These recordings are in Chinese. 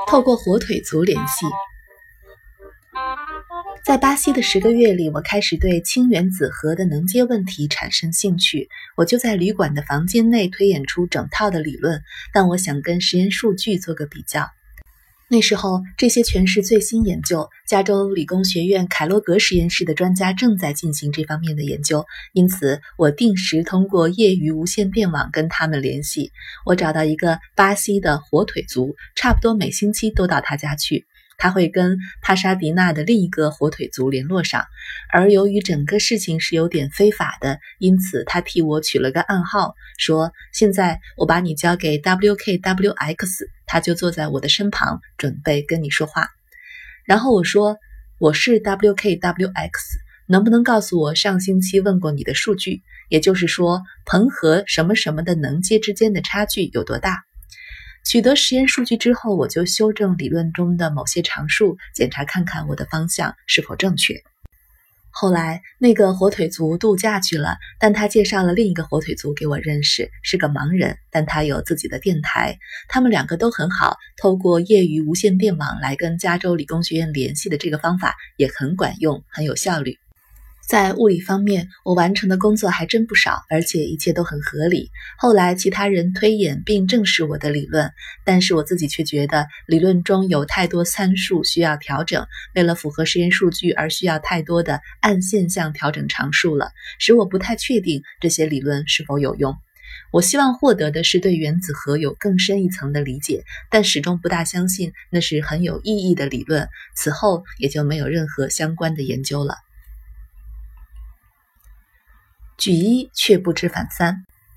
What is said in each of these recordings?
透过火腿族联系。在巴西的10个月里，我开始对氢原子核的能阶问题产生兴趣。我就在旅馆的房间内推演出整套的理论，但我想跟实验数据做个比较。那时候，这些全是最新研究，加州理工学院凯洛格实验室的专家正在进行这方面的研究，因此我定时通过业余无线电网跟他们联系。我找到一个巴西的火腿族，差不多每星期都到他家去。他会跟帕沙迪纳的另一个火腿族联络上，而由于整个事情是有点非法的，因此他替我取了个暗号，说现在我把你交给 WKWX， 他就坐在我的身旁，准备跟你说话。然后我说，我是 WKWX， 能不能告诉我上星期问过你的数据，也就是说硼和什么什么的能阶之间的差距有多大？取得实验数据之后，我就修正理论中的某些常数，检查看看我的方向是否正确。后来那个火腿族度假去了，但他介绍了另一个火腿族给我认识，是个盲人，但他有自己的电台。他们两个都很好，透过业余无线电网来跟加州理工学院联系的这个方法也很管用，很有效率。在物理方面，我完成的工作还真不少，而且一切都很合理。后来其他人推演并证实我的理论，但是我自己却觉得理论中有太多参数需要调整，为了符合实验数据而需要太多的按现象调整常数了，使我不太确定这些理论是否有用。我希望获得的是对原子核有更深一层的理解，但始终不大相信那是很有意义的理论，此后也就没有任何相关的研究了。举一却不知反三。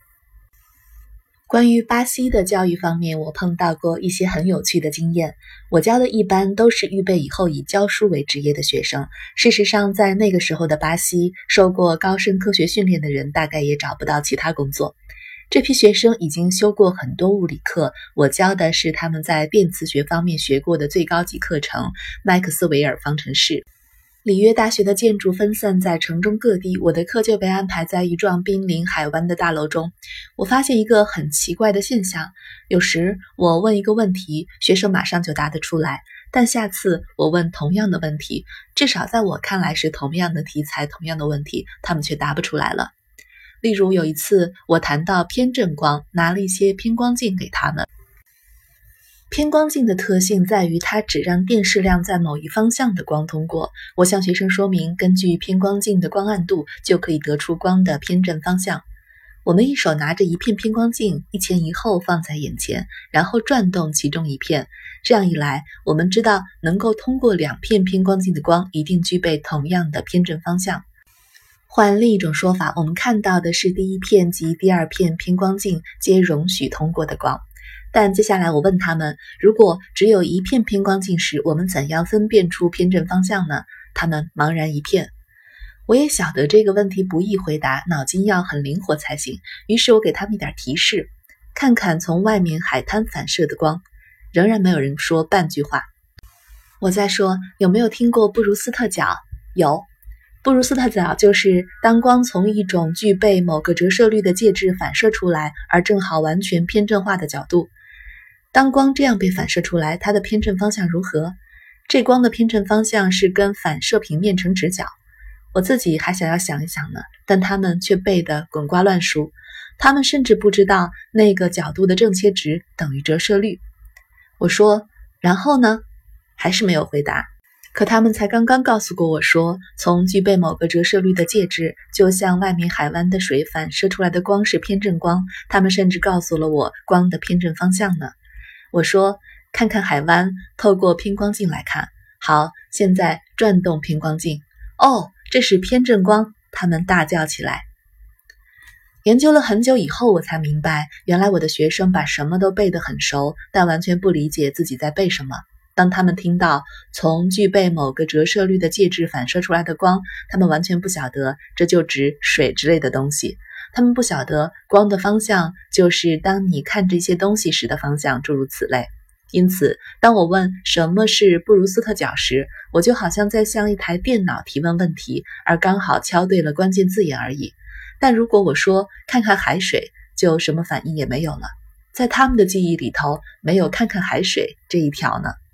关于巴西的教育方面，我碰到过一些很有趣的经验。我教的一般都是预备以后以教书为职业的学生。事实上，在那个时候的巴西，受过高深科学训练的人大概也找不到其他工作。这批学生已经修过很多物理课，我教的是他们在电磁学方面学过的最高级课程——麦克斯韦尔方程式。里约大学的建筑分散在城中各地，我的课就被安排在一幢濒临海湾的大楼中。我发现一个很奇怪的现象，有时我问一个问题，学生马上就答得出来，但下次我问同样的问题，至少在我看来是同样的题材、同样的问题，他们却答不出来了。例如有一次我谈到偏振光，拿了一些偏光镜给他们。偏光镜的特性在于它只让电势量在某一方向的光通过。我向学生说明，根据偏光镜的光暗度就可以得出光的偏振方向。我们一手拿着一片偏光镜，一前一后放在眼前，然后转动其中一片。这样一来，我们知道能够通过2片偏光镜的光一定具备同样的偏振方向。换另一种说法，我们看到的是第一片及第二片偏光镜皆容许通过的光。但接下来我问他们，如果只有一片偏光镜时，我们怎样分辨出偏振方向呢？他们茫然一片。我也晓得这个问题不易回答，脑筋要很灵活才行，于是我给他们一点提示，看看从外面海滩反射的光。仍然没有人说半句话。我再说，有没有听过布鲁斯特角？有。布鲁斯特角就是当光从一种具备某个折射率的介质反射出来，而正好完全偏振化的角度。当光这样被反射出来，它的偏振方向如何？这光的偏振方向是跟反射平面成直角。我自己还想要想一想呢，但他们却背得滚瓜烂熟。他们甚至不知道那个角度的正切值等于折射率。我说，然后呢？还是没有回答。可他们才刚刚告诉过我说，从具备某个折射率的介质，就像外面海湾的水反射出来的光是偏振光。他们甚至告诉了我光的偏振方向呢。我说，看看海湾，透过偏光镜来看。好，现在转动偏光镜。哦，这是偏振光，他们大叫起来。研究了很久以后，我才明白，原来我的学生把什么都背得很熟，但完全不理解自己在背什么。当他们听到从具备某个折射率的介质反射出来的光，他们完全不晓得这就指水之类的东西。他们不晓得光的方向就是当你看这些东西时的方向，诸如此类。因此，当我问什么是布鲁斯特角时，我就好像在向一台电脑提问问题，而刚好敲对了关键字眼而已。但如果我说看看海水，就什么反应也没有了。在他们的记忆里头，没有看看海水这一条呢。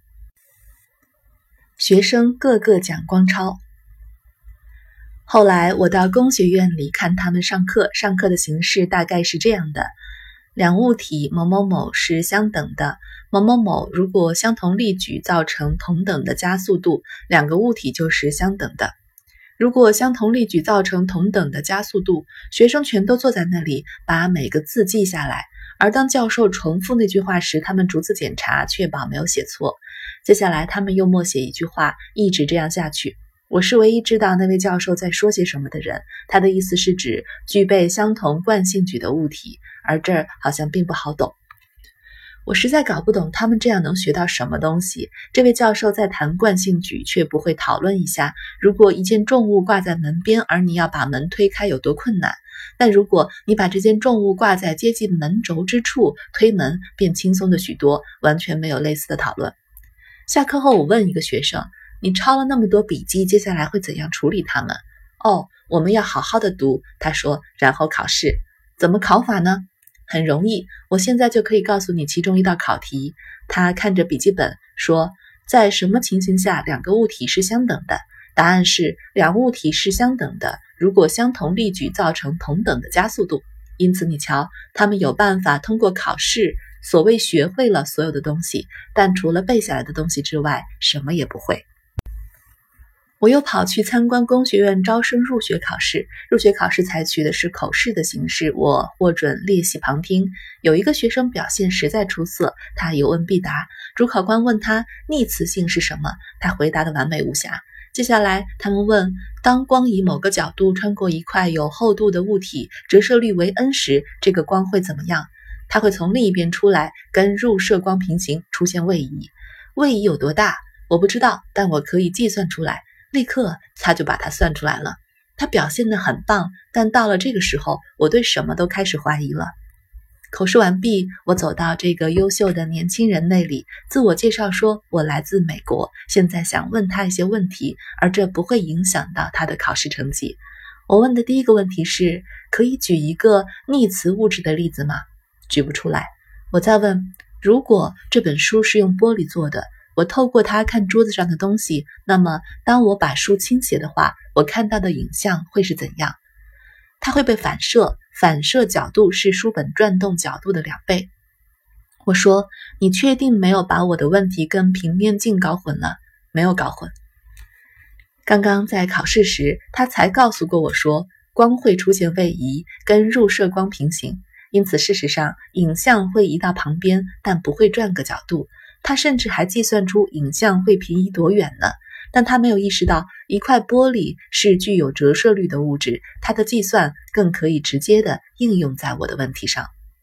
学生个个讲光抄。后来我到工学院里看他们上课，上课的形式大概是这样的：两物体某某某是相等的，某某某如果相同力矩造成同等的加速度，两个物体就是相等的。如果相同力矩造成同等的加速度，学生全都坐在那里，把每个字记下来，而当教授重复那句话时，他们逐字检查，确保没有写错。接下来他们又默写一句话，一直这样下去。我是唯一知道那位教授在说些什么的人，他的意思是指具备相同惯性矩的物体，而这儿好像并不好懂。我实在搞不懂他们这样能学到什么东西。这位教授在谈惯性矩，却不会讨论一下，如果一件重物挂在门边，而你要把门推开有多困难。但如果你把这件重物挂在接近门轴之处，推门便轻松的许多，完全没有类似的讨论。下课后我问一个学生，你抄了那么多笔记，接下来会怎样处理它们？哦，我们要好好的读，他说，然后考试。怎么考法呢？很容易，我现在就可以告诉你其中一道考题。他看着笔记本说，在什么情形下两个物体是相等的？答案是两物体是相等的，如果相同力矩造成同等的加速度。因此你瞧，他们有办法通过考试，所谓学会了所有的东西，但除了背下来的东西之外，什么也不会。我又跑去参观工学院招生入学考试，入学考试采取的是口试的形式，我获准列席旁听。有一个学生表现实在出色，他有问必答。主考官问他逆磁性是什么，他回答的完美无瑕。接下来他们问，当光以某个角度穿过一块有厚度的物体，折射率为 n 时，这个光会怎么样？它会从另一边出来，跟入射光平行，出现位移。位移有多大？我不知道，但我可以计算出来。立刻他就把它算出来了。他表现得很棒，但到了这个时候，我对什么都开始怀疑了。口试完毕，我走到这个优秀的年轻人那里，自我介绍说我来自美国，现在想问他一些问题，而这不会影响到他的考试成绩。我问的第一个问题是，可以举一个逆磁物质的例子吗？举不出来。我再问，如果这本书是用玻璃做的，我透过它看桌子上的东西，那么当我把书倾斜的话，我看到的影像会是怎样？它会被反射，反射角度是书本转动角度的2倍。我说，你确定没有把我的问题跟平面镜搞混了？没有搞混。刚刚在考试时，他才告诉过我说，光会出现位移，跟入射光平行，因此事实上影像会移到旁边，但不会转个角度。他甚至还计算出影像会平移多远呢，但他没有意识到一块玻璃是具有折射率的物质，他的计算更可以直接的应用在我的问题上。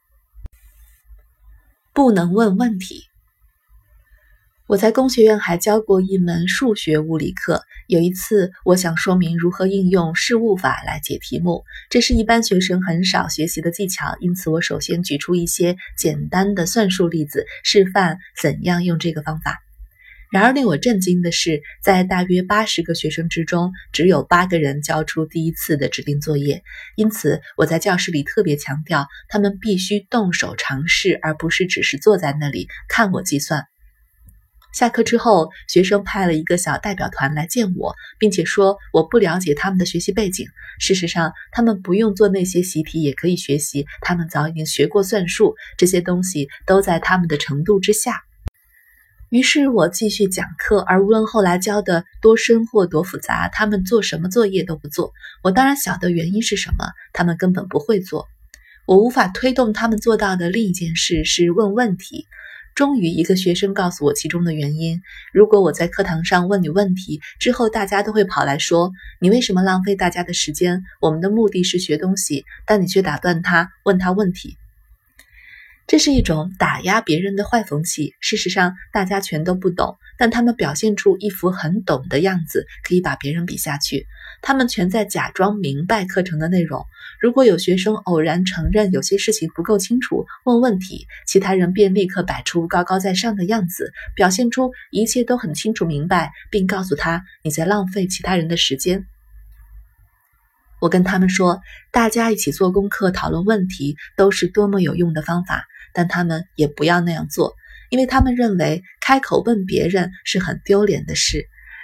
不能问问题。我在工学院还教过一门数学物理课，有一次我想说明如何应用事物法来解题目，这是一般学生很少学习的技巧，因此我首先举出一些简单的算术例子，示范怎样用这个方法。然而令我震惊的是，在大约80个学生之中，只有8个人交出第一次的指定作业，因此我在教室里特别强调，他们必须动手尝试，而不是只是坐在那里看我计算。下课之后，学生派了一个小代表团来见我，并且说我不了解他们的学习背景。事实上，他们不用做那些习题也可以学习，他们早已经学过算术，这些东西都在他们的程度之下。于是我继续讲课，而无论后来教的多深或多复杂，他们做什么作业都不做。我当然晓得原因是什么，他们根本不会做。我无法推动他们做到的另一件事是问问题。终于一个学生告诉我其中的原因，如果我在课堂上问你问题，之后大家都会跑来说，你为什么浪费大家的时间？我们的目的是学东西，但你却打断他，问他问题。这是一种打压别人的坏风气，事实上大家全都不懂，但他们表现出一副很懂的样子，可以把别人比下去。他们全在假装明白课程的内容。如果有学生偶然承认有些事情不够清楚，问问题，其他人便立刻摆出高高在上的样子，表现出一切都很清楚明白，并告诉他你在浪费其他人的时间。我跟他们说，大家一起做功课讨论问题都是多么有用的方法，但他们也不要那样做，因为他们认为开口问别人是很丢脸的事。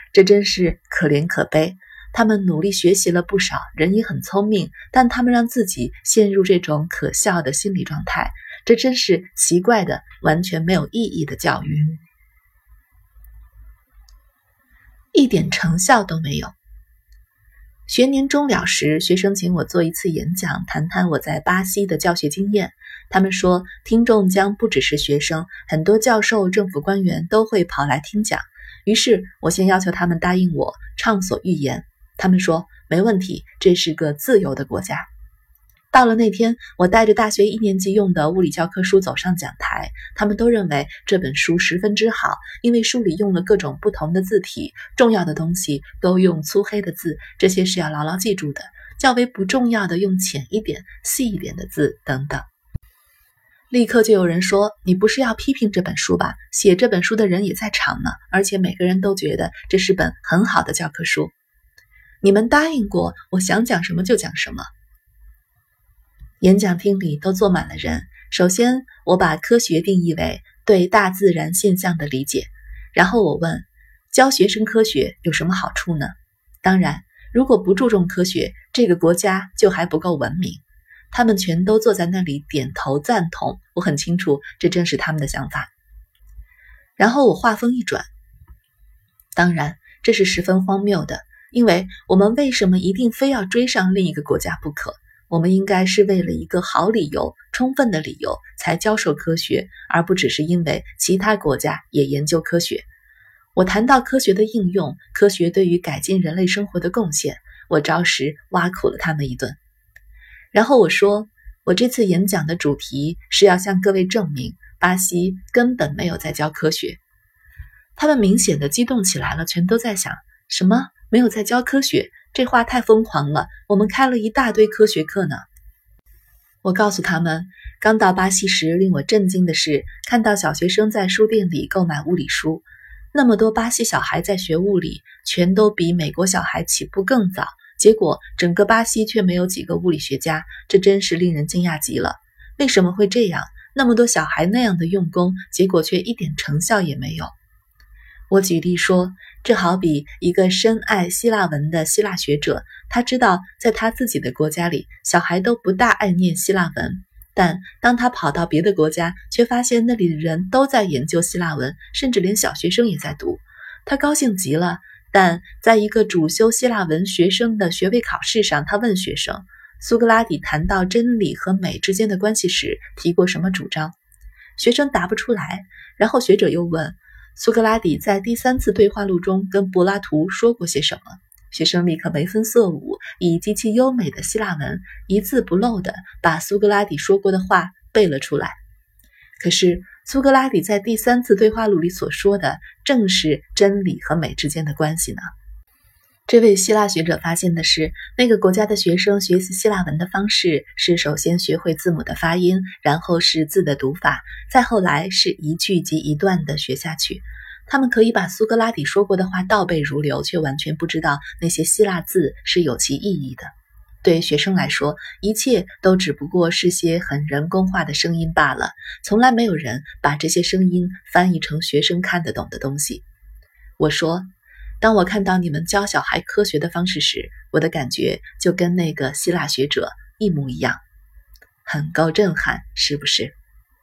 这真是可怜可悲。他们努力学习了不少，人也很聪明，但他们让自己陷入这种可笑的心理状态，这真是奇怪的、完全没有意义的教育，一点成效都没有。学年终了时，学生请我做一次演讲，谈谈我在巴西的教学经验。他们说，听众将不只是学生，很多教授、政府官员都会跑来听讲。于是我先要求他们答应我畅所欲言。他们说没问题，这是个自由的国家。到了那天，我带着大学1年级用的物理教科书走上讲台，他们都认为这本书十分之好，因为书里用了各种不同的字体，重要的东西都用粗黑的字，这些是要牢牢记住的，较为不重要的用浅一点、细一点的字等等。立刻就有人说，你不是要批评这本书吧？写这本书的人也在场呢，而且每个人都觉得这是本很好的教科书。你们答应过我想讲什么就讲什么。演讲厅里都坐满了人。首先，我把科学定义为对大自然现象的理解。然后我问，教学生科学有什么好处呢？当然，如果不注重科学，这个国家就还不够文明。他们全都坐在那里点头赞同，我很清楚这正是他们的想法。然后我话锋一转，当然，这是十分荒谬的。因为我们为什么一定非要追上另一个国家不可？我们应该是为了一个好理由、充分的理由才教授科学，而不只是因为其他国家也研究科学。我谈到科学的应用，科学对于改进人类生活的贡献，我着实挖苦了他们一顿。然后我说，我这次演讲的主题是要向各位证明，巴西根本没有在教科学。他们明显的激动起来了，全都在想，什么？没有在教科学，这话太疯狂了，我们开了一大堆科学课呢。我告诉他们，刚到巴西时令我震惊的是，看到小学生在书店里购买物理书，那么多巴西小孩在学物理，全都比美国小孩起步更早，结果整个巴西却没有几个物理学家，这真是令人惊讶极了。为什么会这样？那么多小孩那样的用功，结果却一点成效也没有。我举例说，这好比一个深爱希腊文的希腊学者，他知道在他自己的国家里，小孩都不大爱念希腊文，但当他跑到别的国家，却发现那里的人都在研究希腊文，甚至连小学生也在读。他高兴极了，但在一个主修希腊文学生的学位考试上，他问学生，苏格拉底谈到真理和美之间的关系时提过什么主张？学生答不出来。然后学者又问，苏格拉底在第3次对话录中跟柏拉图说过些什么？学生立刻眉分色舞，以极其优美的希腊文一字不漏地把苏格拉底说过的话背了出来。可是苏格拉底在第3次对话录里所说的正是真理和美之间的关系呢。这位希腊学者发现的是，那个国家的学生学习希腊文的方式是首先学会字母的发音，然后是字的读法，再后来是一句及一段的学下去。他们可以把苏格拉底说过的话倒背如流，却完全不知道那些希腊字是有其意义的。对学生来说，一切都只不过是些很人工化的声音罢了，从来没有人把这些声音翻译成学生看得懂的东西。我说，当我看到你们教小孩科学的方式时，我的感觉就跟那个希腊学者一模一样，很够震撼，是不是？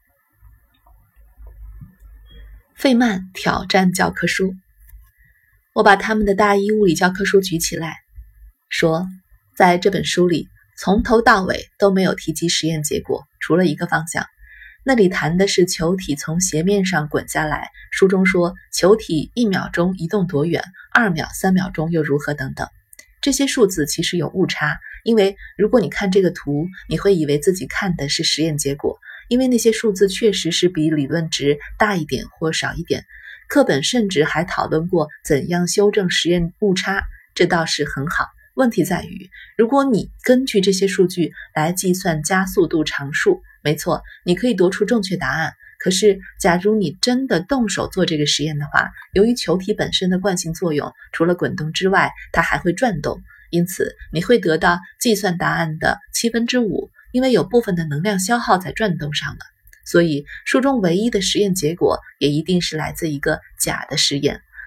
费曼挑战教科书。我把他们的大一物理教科书举起来，说，在这本书里，从头到尾都没有提及实验结果，除了一个方向。那里谈的是球体从斜面上滚下来，书中说球体1秒钟移动多远，2秒、3秒钟又如何等等。这些数字其实有误差，因为如果你看这个图，你会以为自己看的是实验结果，因为那些数字确实是比理论值大一点或少一点。课本甚至还讨论过怎样修正实验误差，这倒是很好。问题在于，如果你根据这些数据来计算加速度常数，没错，你可以得出正确答案。可是，假如你真的动手做这个实验的话，由于球体本身的惯性作用，除了滚动之外，它还会转动，因此你会得到计算答案的5/7，因为有部分的能量消耗在转动上了。所以，书中唯一的实验结果也一定是来自一个假的实验。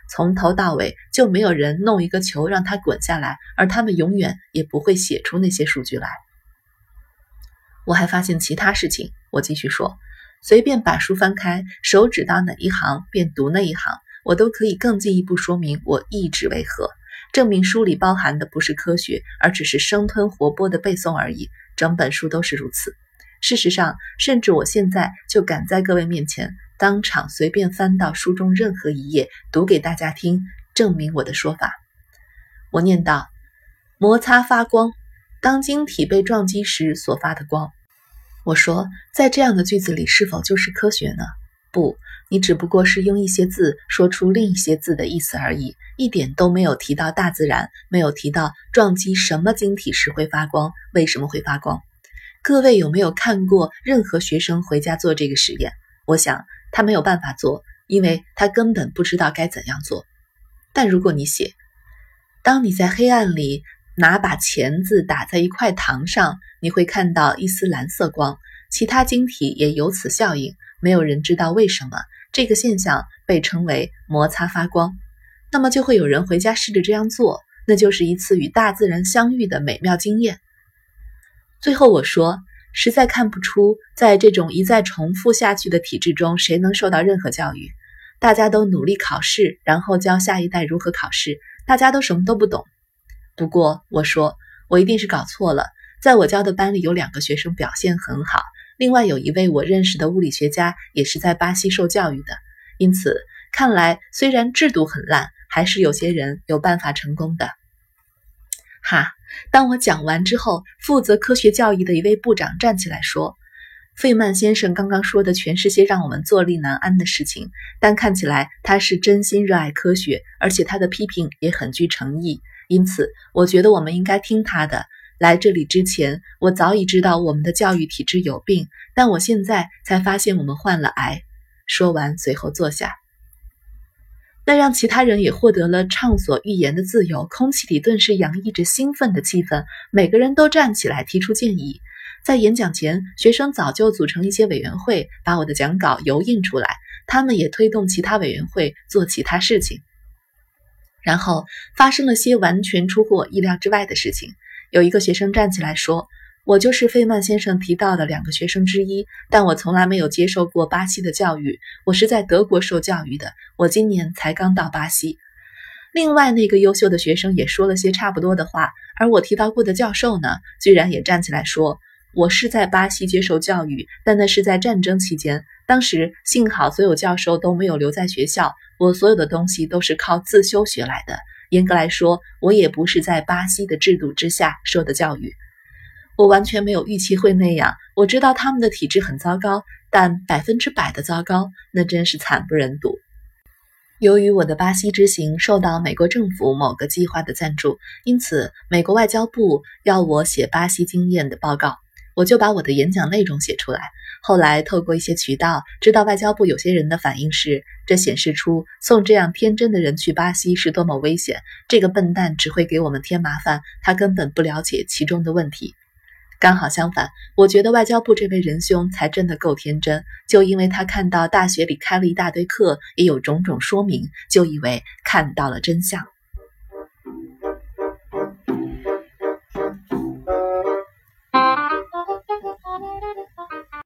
从头到尾就没有人弄一个球让它滚下来，而他们永远也不会写出那些数据来。我还发现其他事情，我继续说，随便把书翻开，手指到哪一行便读那一行，我都可以更进一步说明我意志为何，证明书里包含的不是科学，而只是生吞活剥的背诵而已，整本书都是如此。事实上，甚至我现在就敢在各位面前当场随便翻到书中任何一页，读给大家听，证明我的说法。我念道：摩擦发光，当晶体被撞击时所发的光。我说，在这样的句子里是否就是科学呢？不，你只不过是用一些字说出另一些字的意思而已，一点都没有提到大自然，没有提到撞击什么晶体时会发光，为什么会发光。各位有没有看过任何学生回家做这个实验？我想他没有办法做，因为他根本不知道该怎样做。但如果你写，当你在黑暗里拿把钳子打在一块糖上，你会看到一丝蓝色光，其他晶体也由此效应，没有人知道为什么，这个现象被称为摩擦发光。那么就会有人回家试着这样做，那就是一次与大自然相遇的美妙经验。最后我说，实在看不出在这种一再重复下去的体制中谁能受到任何教育。大家都努力考试，然后教下一代如何考试，大家都什么都不懂。不过我说，我一定是搞错了，在我教的班里有2个学生表现很好，另外有一位我认识的物理学家也是在巴西受教育的，因此看来虽然制度很烂，还是有些人有办法成功的。哈，当我讲完之后，负责科学教育的一位部长站起来说，费曼先生刚刚说的全是些让我们坐立难安的事情，但看起来他是真心热爱科学，而且他的批评也很具诚意，因此我觉得我们应该听他的。来这里之前，我早已知道我们的教育体制有病，但我现在才发现我们患了癌。说完随后坐下。那让其他人也获得了畅所欲言的自由，空气里顿时洋溢着兴奋的气氛，每个人都站起来提出建议。在演讲前，学生早就组成一些委员会，把我的讲稿油印出来，他们也推动其他委员会做其他事情。然后发生了些完全出乎我意料之外的事情。有一个学生站起来说，我就是费曼先生提到的2个学生之一，但我从来没有接受过巴西的教育，我是在德国受教育的，我今年才刚到巴西。另外那个优秀的学生也说了些差不多的话，而我提到过的教授呢，居然也站起来说，我是在巴西接受教育，但那是在战争期间，当时幸好所有教授都没有留在学校，我所有的东西都是靠自修学来的，严格来说，我也不是在巴西的制度之下受的教育。我完全没有预期会那样，我知道他们的体制很糟糕，但100%的糟糕，那真是惨不忍睹。由于我的巴西之行受到美国政府某个计划的赞助，因此美国外交部要我写巴西经验的报告，我就把我的演讲内容写出来。后来透过一些渠道知道外交部有些人的反应是，这显示出送这样天真的人去巴西是多么危险，这个笨蛋只会给我们添麻烦，他根本不了解其中的问题。刚好相反，我觉得外交部这位仁兄才真的够天真，就因为他看到大学里开了一大堆课，也有种种说明，就以为看到了真相。